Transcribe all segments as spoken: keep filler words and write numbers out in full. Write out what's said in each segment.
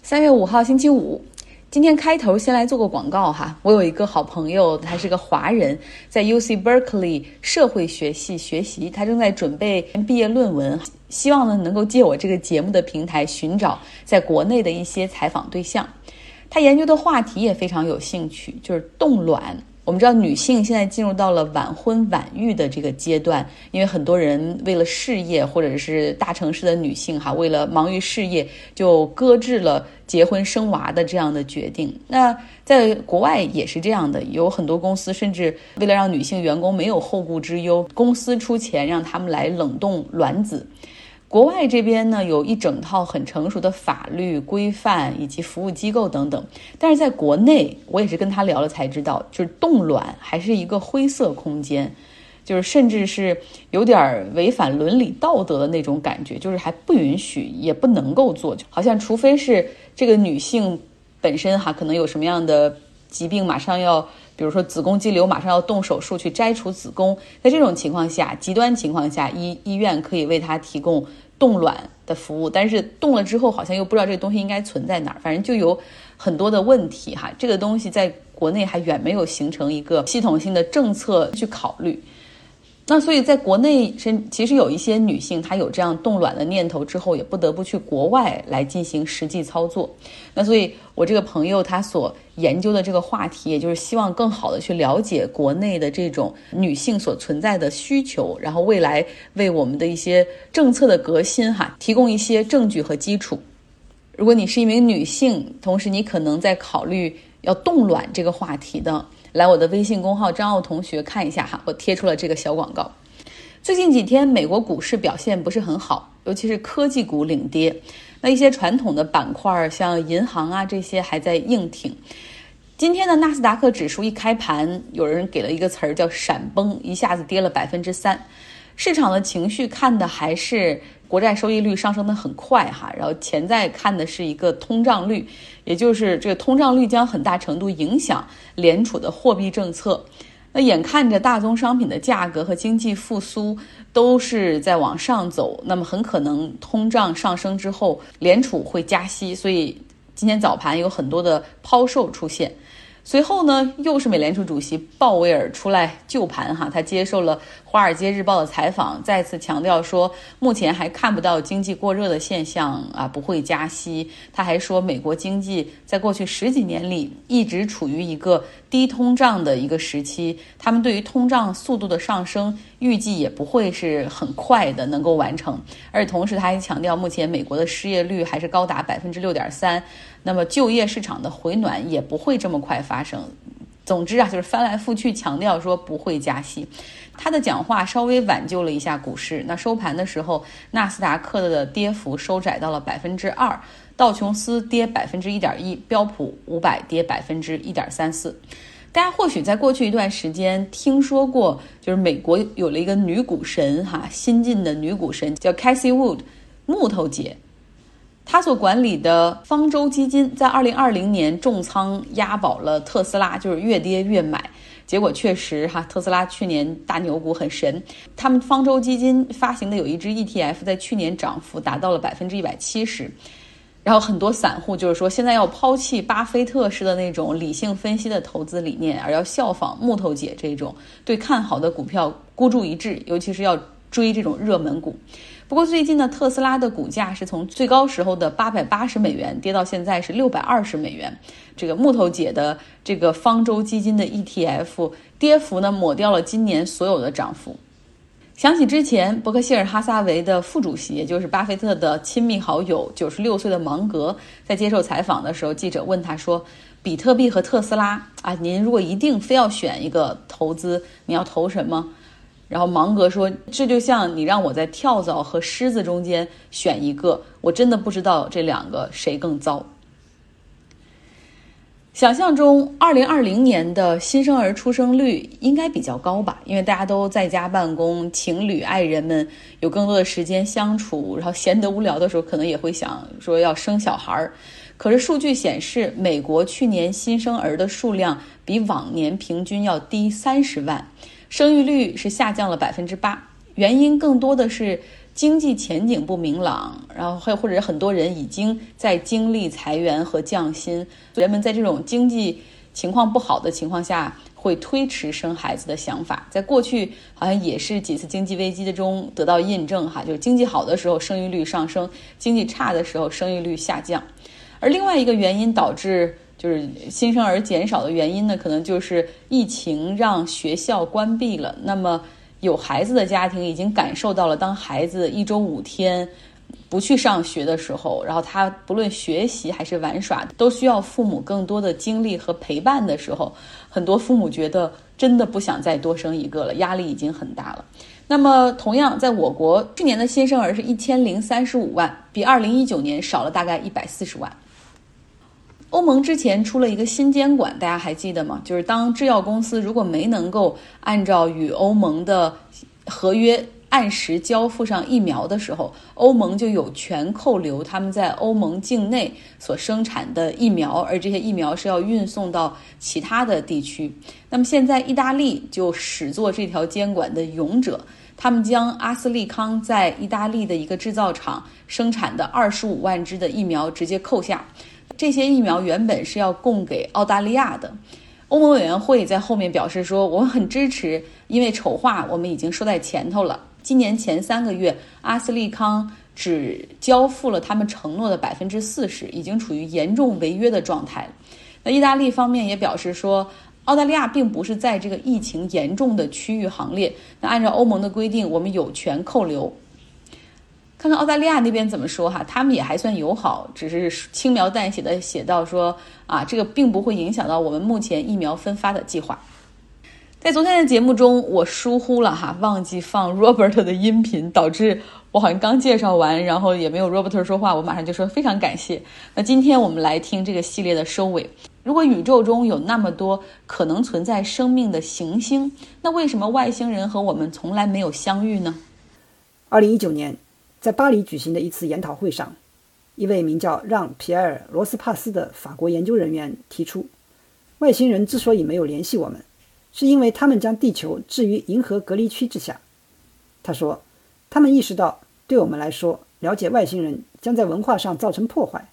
三月五号星期五，今天开头先来做个广告哈。我有一个好朋友，他是个华人，在 U C Berkeley 社会学系学习，他正在准备毕业论文，希望呢能够借我这个节目的平台寻找在国内的一些采访对象。他研究的话题也非常有兴趣，就是冻卵。我们知道女性现在进入到了晚婚晚育的这个阶段，因为很多人为了事业，或者是大城市的女性哈，为了忙于事业就搁置了结婚生娃的这样的决定。那在国外也是这样的，有很多公司甚至为了让女性员工没有后顾之忧，公司出钱让他们来冷冻卵子。国外这边呢，有一整套很成熟的法律规范以及服务机构等等，但是在国内，我也是跟他聊了才知道，就是冻卵还是一个灰色空间，就是甚至是有点违反伦理道德的那种感觉，就是还不允许，也不能够做，好像除非是这个女性本身哈，可能有什么样的疾病，马上要，比如说子宫肌瘤，马上要动手术去摘除子宫，在这种情况下，极端情况下，医医院可以为他提供冻卵的服务，但是冻了之后好像又不知道这个东西应该存在哪儿，反正就有很多的问题哈。这个东西在国内还远没有形成一个系统性的政策去考虑。那所以在国内其实有一些女性她有这样冻卵的念头之后，也不得不去国外来进行实际操作。那所以我这个朋友他所研究的这个话题，也就是希望更好的去了解国内的这种女性所存在的需求，然后未来为我们的一些政策的革新哈提供一些证据和基础。如果你是一名女性，同时你可能在考虑要冻卵这个话题的，来我的微信公号张奥同学看一下哈，我贴出了这个小广告。最近几天美国股市表现不是很好，尤其是科技股领跌，那一些传统的板块像银行啊这些还在硬挺。今天的纳斯达克指数一开盘，有人给了一个词儿叫闪崩，一下子跌了百分之三。市场的情绪看的还是国债收益率上升的很快哈，然后潜在看的是一个通胀率，也就是这个通胀率将很大程度影响联储的货币政策。那眼看着大宗商品的价格和经济复苏都是在往上走，那么很可能通胀上升之后联储会加息，所以今天早盘有很多的抛售出现。随后呢，又是美联储主席鲍威尔出来救盘哈，他接受了《华尔街日报》的采访，再次强调说，目前还看不到经济过热的现象啊，不会加息。他还说，美国经济在过去十几年里一直处于一个低通胀的一个时期，他们对于通胀速度的上升预计也不会是很快的能够完成。而同时他还强调，目前美国的失业率还是高达百分之六点三，那么就业市场的回暖也不会这么快发生。总之啊，就是翻来覆去强调说不会加息。他的讲话稍微挽救了一下股市，那收盘的时候，纳斯达克的跌幅收窄到了百分之二，道琼斯跌百分之一点一，标普五百跌百分之一点三四。大家或许在过去一段时间听说过，就是美国有了一个女股神哈，新晋的女股神叫 Cathie Wood， 木头姐。他所管理的方舟基金在二零二零年重仓押宝了特斯拉，就是越跌越买。结果确实哈，特斯拉去年大牛股很神。他们方舟基金发行的有一只 E T F 在去年涨幅达到了百分之一百七十。然后很多散户就是说，现在要抛弃巴菲特式的那种理性分析的投资理念，而要效仿木头姐这种对看好的股票孤注一掷，尤其是要追这种热门股。不过最近呢，特斯拉的股价是从最高时候的八百八十美元跌到现在是六百二十美元。这个木头姐的这个方舟基金的 E T F 跌幅呢，抹掉了今年所有的涨幅。想起之前伯克希尔哈撒韦的副主席，也就是巴菲特的亲密好友九十六岁的芒格，在接受采访的时候，记者问他说，比特币和特斯拉啊，您如果一定非要选一个投资，你要投什么？然后芒格说，这就像你让我在跳蚤和狮子中间选一个，我真的不知道这两个谁更糟。想象中二零二零年的新生儿出生率应该比较高吧，因为大家都在家办公，情侣爱人们有更多的时间相处，然后闲得无聊的时候可能也会想说要生小孩。可是数据显示，美国去年新生儿的数量比往年平均要低三十万，生育率是下降了百分之八，原因更多的是经济前景不明朗，然后还或者很多人已经在经历裁员和降薪，人们在这种经济情况不好的情况下会推迟生孩子的想法。在过去好像也是几次经济危机的中得到印证哈，就是经济好的时候生育率上升，经济差的时候生育率下降。而另外一个原因导致就是新生儿减少的原因呢，可能就是疫情让学校关闭了。那么有孩子的家庭已经感受到了，当孩子一周五天不去上学的时候，然后他不论学习还是玩耍都需要父母更多的精力和陪伴的时候，很多父母觉得真的不想再多生一个了，压力已经很大了。那么同样在我国，去年的新生儿是一千零三十五万，比二零一九年少了大概一百四十万。欧盟之前出了一个新监管，大家还记得吗？就是当制药公司如果没能够按照与欧盟的合约按时交付上疫苗的时候，欧盟就有权扣留他们在欧盟境内所生产的疫苗，而这些疫苗是要运送到其他的地区。那么现在意大利就始作这条监管的勇者，他们将阿斯利康在意大利的一个制造厂生产的二十五万支的疫苗直接扣下。这些疫苗原本是要供给澳大利亚的，欧盟委员会在后面表示说，我们很支持，因为丑话我们已经说在前头了。今年前三个月，阿斯利康只交付了他们承诺的百分之四十，已经处于严重违约的状态。那意大利方面也表示说，澳大利亚并不是在这个疫情严重的区域行列，那按照欧盟的规定，我们有权扣留。看看澳大利亚那边怎么说哈，他们也还算友好，只是轻描淡写的写到说啊，这个并不会影响到我们目前疫苗分发的计划。在昨天的节目中，我疏忽了哈，忘记放 Robert 的音频，导致我好像刚介绍完，然后也没有 Robert 说话，我马上就说非常感谢。那今天我们来听这个系列的收尾。如果宇宙中有那么多可能存在生命的行星，那为什么外星人和我们从来没有相遇呢？ 二零一九年在巴黎举行的一次研讨会上，一位名叫让·皮埃尔·罗斯帕斯的法国研究人员提出，外星人之所以没有联系我们，是因为他们将地球置于银河隔离区之下。他说，他们意识到对我们来说，了解外星人将在文化上造成破坏。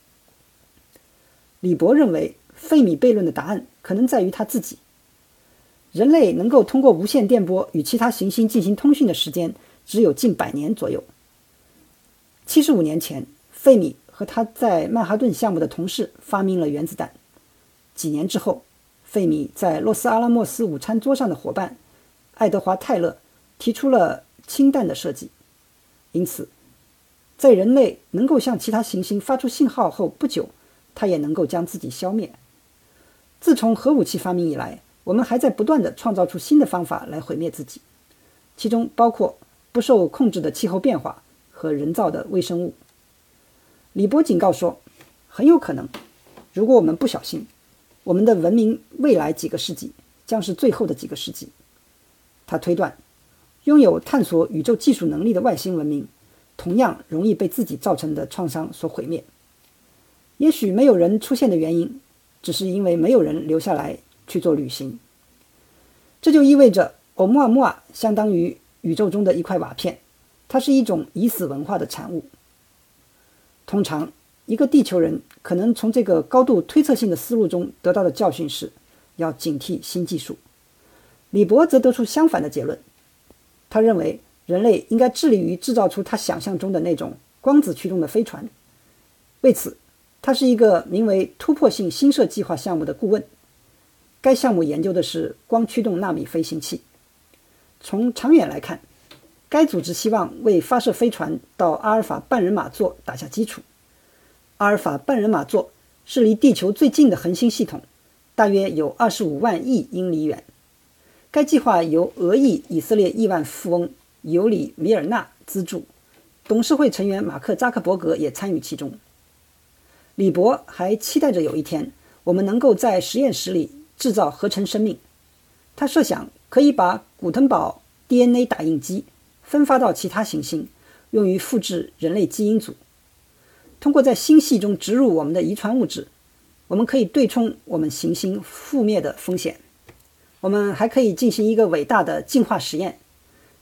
李博认为，费米悖论的答案可能在于他自己。人类能够通过无线电波与其他行星进行通讯的时间只有近百年左右。七十五年前，费米和他在曼哈顿项目的同事发明了原子弹。几年之后，费米在洛斯阿拉莫斯午餐桌上的伙伴爱德华·泰勒提出了氢弹的设计。因此，在人类能够向其他行星发出信号后不久，他也能够将自己消灭。自从核武器发明以来，我们还在不断地创造出新的方法来毁灭自己，其中包括不受控制的气候变化和人造的微生物。李波警告说，很有可能，如果我们不小心，我们的文明未来几个世纪将是最后的几个世纪。他推断，拥有探索宇宙技术能力的外星文明，同样容易被自己造成的创伤所毁灭。也许没有人出现的原因，只是因为没有人留下来去做旅行。这就意味着欧穆尔穆尔相当于宇宙中的一块瓦片，它是一种已死文化的产物。通常，一个地球人可能从这个高度推测性的思路中得到的教训是，要警惕新技术。李博则得出相反的结论，他认为人类应该致力于制造出他想象中的那种光子驱动的飞船。为此，他是一个名为突破性新设计划项目的顾问。该项目研究的是光驱动纳米飞行器。从长远来看，该组织希望为发射飞船到阿尔法半人马座打下基础。阿尔法半人马座是离地球最近的恒星系统，大约有二十五万亿英里远。该计划由俄裔以色列亿万富翁尤里·米尔纳资助，董事会成员马克·扎克伯格也参与其中。李博还期待着有一天，我们能够在实验室里制造合成生命。他设想可以把古腾堡 D N A 打印机分发到其他行星，用于复制人类基因组。通过在星系中植入我们的遗传物质，我们可以对冲我们行星覆灭的风险。我们还可以进行一个伟大的进化实验，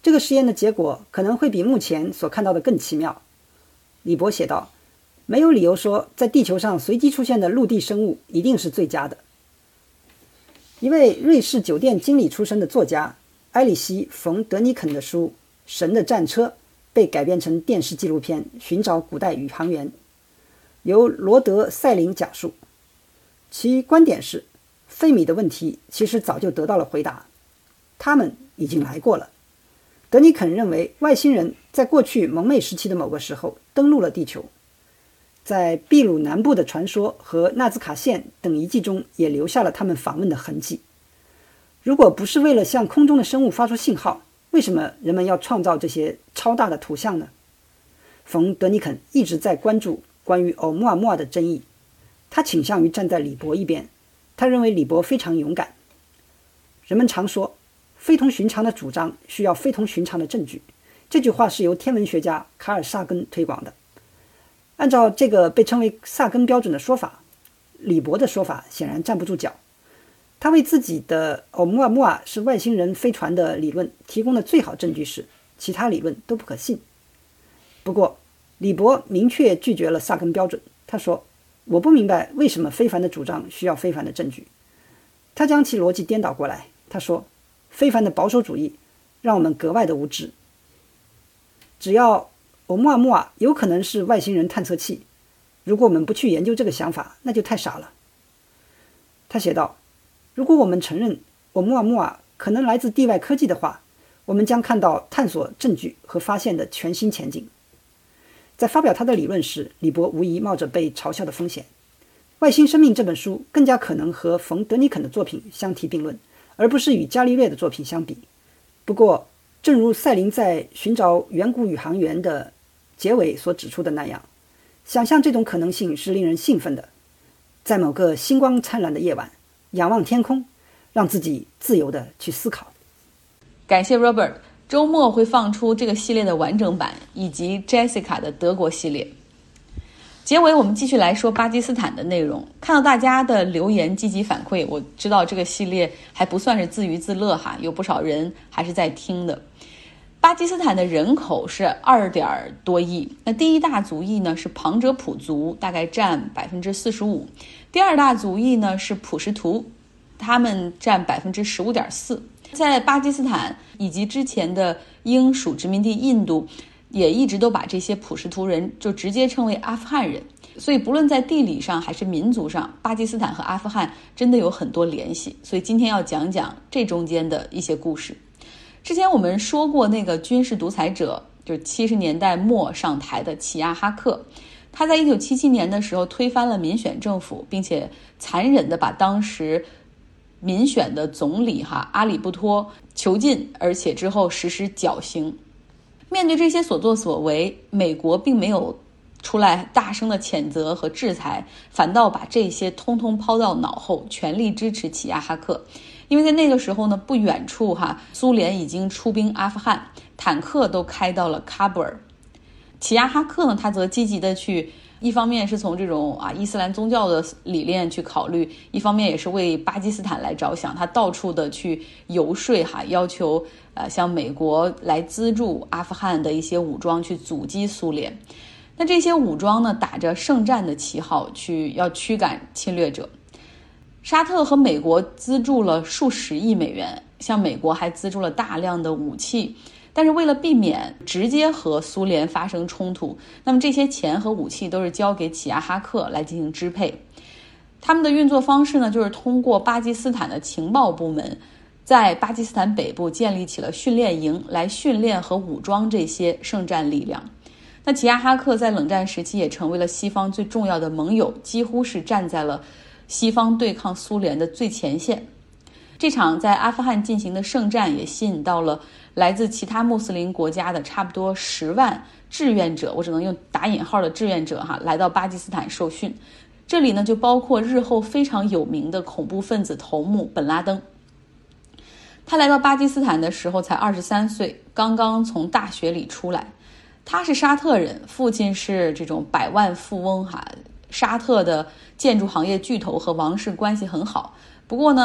这个实验的结果可能会比目前所看到的更奇妙。李博写道，没有理由说在地球上随机出现的陆地生物一定是最佳的。一位瑞士酒店经理出身的作家埃里希·冯·德尼肯的书《神的战车》被改编成电视纪录片《寻找古代宇航员》，由罗德·塞林讲述。其观点是，费米的问题其实早就得到了回答，他们已经来过了。德尼肯认为，外星人在过去蒙昧时期的某个时候登陆了地球，在秘鲁南部的传说和纳兹卡县等遗迹中也留下了他们访问的痕迹。如果不是为了向空中的生物发出信号，为什么人们要创造这些超大的图像呢？冯·德尼肯一直在关注关于欧穆尔穆尔的争议，他倾向于站在李博一边，他认为李博非常勇敢。人们常说，非同寻常的主张需要非同寻常的证据，这句话是由天文学家卡尔·萨根推广的。按照这个被称为萨根标准的说法，李博的说法显然站不住脚。他为自己的欧穆尔穆尔是外星人飞船的理论提供的最好证据是，其他理论都不可信。不过，李博明确拒绝了萨根标准。他说，我不明白为什么非凡的主张需要非凡的证据。他将其逻辑颠倒过来。他说，非凡的保守主义让我们格外的无知。只要欧穆尔穆尔有可能是外星人探测器，如果我们不去研究这个想法，那就太傻了。他写道，如果我们承认欧穆尔穆尔可能来自地外科技的话，我们将看到探索证据和发现的全新前景。在发表他的理论时，李博无疑冒着被嘲笑的风险。《外星生命》这本书更加可能和冯·德尼肯的作品相提并论，而不是与伽利略的作品相比。不过，正如赛林在《寻找远古宇航员》的结尾所指出的那样，想象这种可能性是令人兴奋的。在某个星光灿烂的夜晚，仰望天空，让自己自由地去思考。 感谢 Robert， 周末会放出这个系列的完整版，以及 Jessica 的德国系列。结尾我们继续来说巴基斯坦的内容。看到大家的留言积极反馈，我知道这个系列还不算是自娱自乐哈，有不少人还是在听的。巴基斯坦的人口是二点多亿，那第一大族裔呢是旁遮普族，大概占百分之四十五，第二大族裔呢是普什图，他们占百分之十五点四。在巴基斯坦以及之前的英属殖民地印度，也一直都把这些普什图人就直接称为阿富汗人，所以不论在地理上还是民族上，巴基斯坦和阿富汗真的有很多联系。所以今天要讲讲这中间的一些故事。之前我们说过那个军事独裁者，就是七十年代末上台的齐亚哈克，他在一九七七年的时候推翻了民选政府，并且残忍地把当时民选的总理哈阿里布托囚禁，而且之后实施绞刑。面对这些所作所为，美国并没有出来大声的谴责和制裁，反倒把这些通通抛到脑后，全力支持齐亚哈克。因为在那个时候呢，不远处哈，苏联已经出兵阿富汗，坦克都开到了喀布尔。齐亚哈克呢，他则积极的去，一方面是从这种啊伊斯兰宗教的理念去考虑，一方面也是为巴基斯坦来着想，他到处的去游说哈，要求呃向美国来资助阿富汗的一些武装去阻击苏联。那这些武装呢，打着圣战的旗号去要驱赶侵略者。沙特和美国资助了数十亿美元，向美国还资助了大量的武器，但是为了避免直接和苏联发生冲突，那么这些钱和武器都是交给齐亚哈克来进行支配。他们的运作方式呢，就是通过巴基斯坦的情报部门，在巴基斯坦北部建立起了训练营，来训练和武装这些圣战力量。那齐亚哈克在冷战时期也成为了西方最重要的盟友，几乎是站在了西方对抗苏联的最前线。这场在阿富汗进行的圣战也吸引到了来自其他穆斯林国家的差不多十万志愿者，我只能用打引号的志愿者哈，来到巴基斯坦受训。这里呢就包括日后非常有名的恐怖分子头目本拉登。他来到巴基斯坦的时候才二十三岁，刚刚从大学里出来。他是沙特人，父亲是这种百万富翁哈，沙特的建筑行业巨头和王室关系很好。不过呢，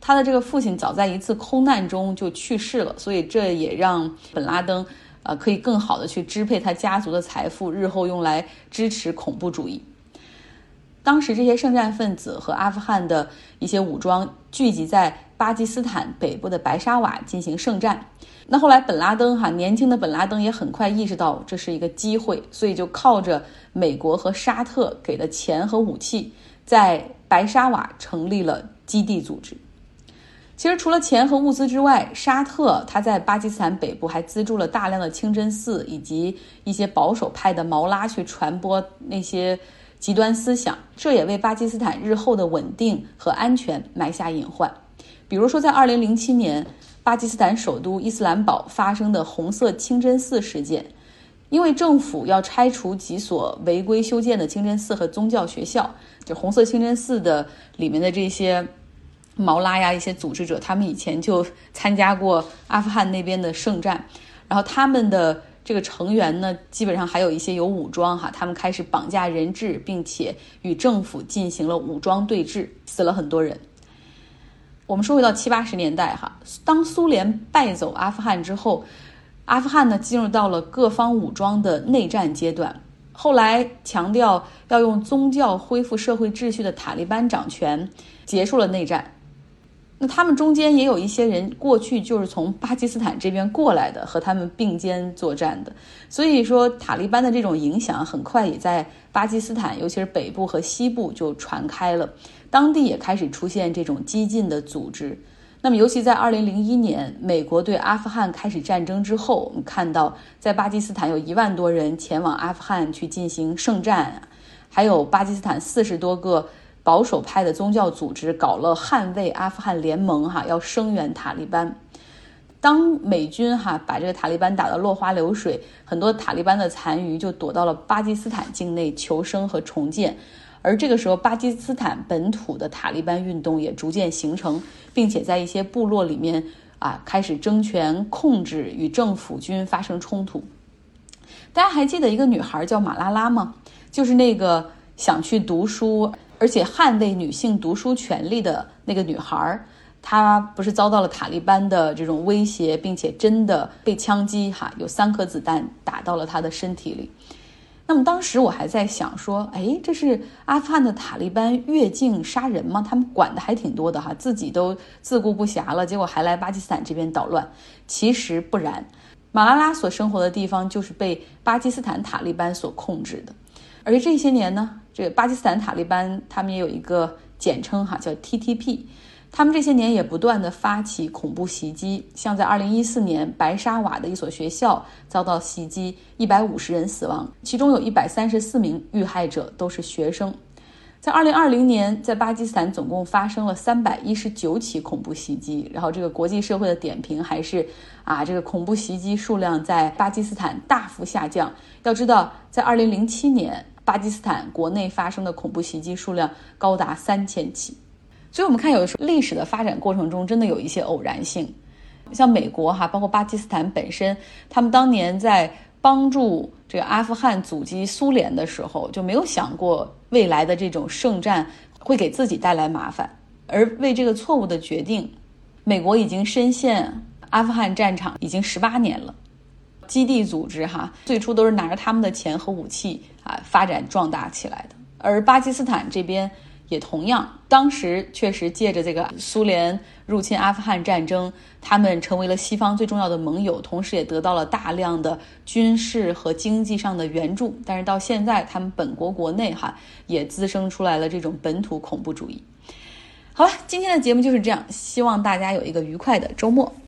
他的这个父亲早在一次空难中就去世了，所以这也让本拉登呃可以更好的去支配他家族的财富，日后用来支持恐怖主义。当时这些圣战分子和阿富汗的一些武装聚集在巴基斯坦北部的白沙瓦进行圣战。那后来本拉登哈年轻的本拉登也很快意识到这是一个机会，所以就靠着美国和沙特给的钱和武器，在白沙瓦成立了基地组织。其实除了钱和物资之外，沙特他在巴基斯坦北部还资助了大量的清真寺以及一些保守派的毛拉去传播那些极端思想，这也为巴基斯坦日后的稳定和安全埋下隐患。比如说在二零零七年巴基斯坦首都伊斯兰堡发生的红色清真寺事件，因为政府要拆除几所违规修建的清真寺和宗教学校，就红色清真寺的里面的这些毛拉呀一些组织者，他们以前就参加过阿富汗那边的圣战，然后他们的这个成员呢基本上还有一些有武装哈，他们开始绑架人质，并且与政府进行了武装对峙，死了很多人。我们说回到七八十年代哈，当苏联败走阿富汗之后，阿富汗呢进入到了各方武装的内战阶段。后来强调要用宗教恢复社会秩序的塔利班掌权，结束了内战。那他们中间也有一些人过去就是从巴基斯坦这边过来的，和他们并肩作战的，所以说塔利班的这种影响很快也在巴基斯坦尤其是北部和西部就传开了，当地也开始出现这种激进的组织。那么尤其在二零零一年美国对阿富汗开始战争之后，我们看到在巴基斯坦有一万多人前往阿富汗去进行圣战，还有巴基斯坦四十多个保守派的宗教组织搞了捍卫阿富汗联盟哈，要声援塔利班。当美军哈把这个塔利班打得落花流水，很多塔利班的残余就躲到了巴基斯坦境内求生和重建。而这个时候巴基斯坦本土的塔利班运动也逐渐形成，并且在一些部落里面啊开始争权控制，与政府军发生冲突。大家还记得一个女孩叫马拉拉吗？就是那个想去读书而且捍卫女性读书权利的那个女孩，她不是遭到了塔利班的这种威胁，并且真的被枪击哈，有三颗子弹打到了她的身体里。那么当时我还在想说，哎，这是阿富汗的塔利班越境杀人吗？他们管的还挺多的哈，自己都自顾不暇了，结果还来巴基斯坦这边捣乱。其实不然，马拉拉所生活的地方就是被巴基斯坦塔利班所控制的。而且这些年呢，这个巴基斯坦塔利班他们也有一个简称哈，叫 T T P。他们这些年也不断的发起恐怖袭击，像在二零一四年白沙瓦的一所学校遭到袭击，一百五十人死亡，其中有一百三十四名遇害者都是学生。在二零二零年，在巴基斯坦总共发生了三百一十九起恐怖袭击，然后这个国际社会的点评还是啊，这个恐怖袭击数量在巴基斯坦大幅下降。要知道，在二零零七年，巴基斯坦国内发生的恐怖袭击数量高达三千起。所以我们看有的时候历史的发展过程中真的有一些偶然性，像美国哈，包括巴基斯坦本身，他们当年在帮助这个阿富汗阻击苏联的时候，就没有想过未来的这种圣战会给自己带来麻烦，而为这个错误的决定，美国已经深陷阿富汗战场已经十八年了。基地组织哈，最初都是拿着他们的钱和武器啊发展壮大起来的，而巴基斯坦这边也同样，当时确实借着这个苏联入侵阿富汗战争，他们成为了西方最重要的盟友，同时也得到了大量的军事和经济上的援助。但是到现在，他们本国国内哈也滋生出来了这种本土恐怖主义。好了，今天的节目就是这样，希望大家有一个愉快的周末。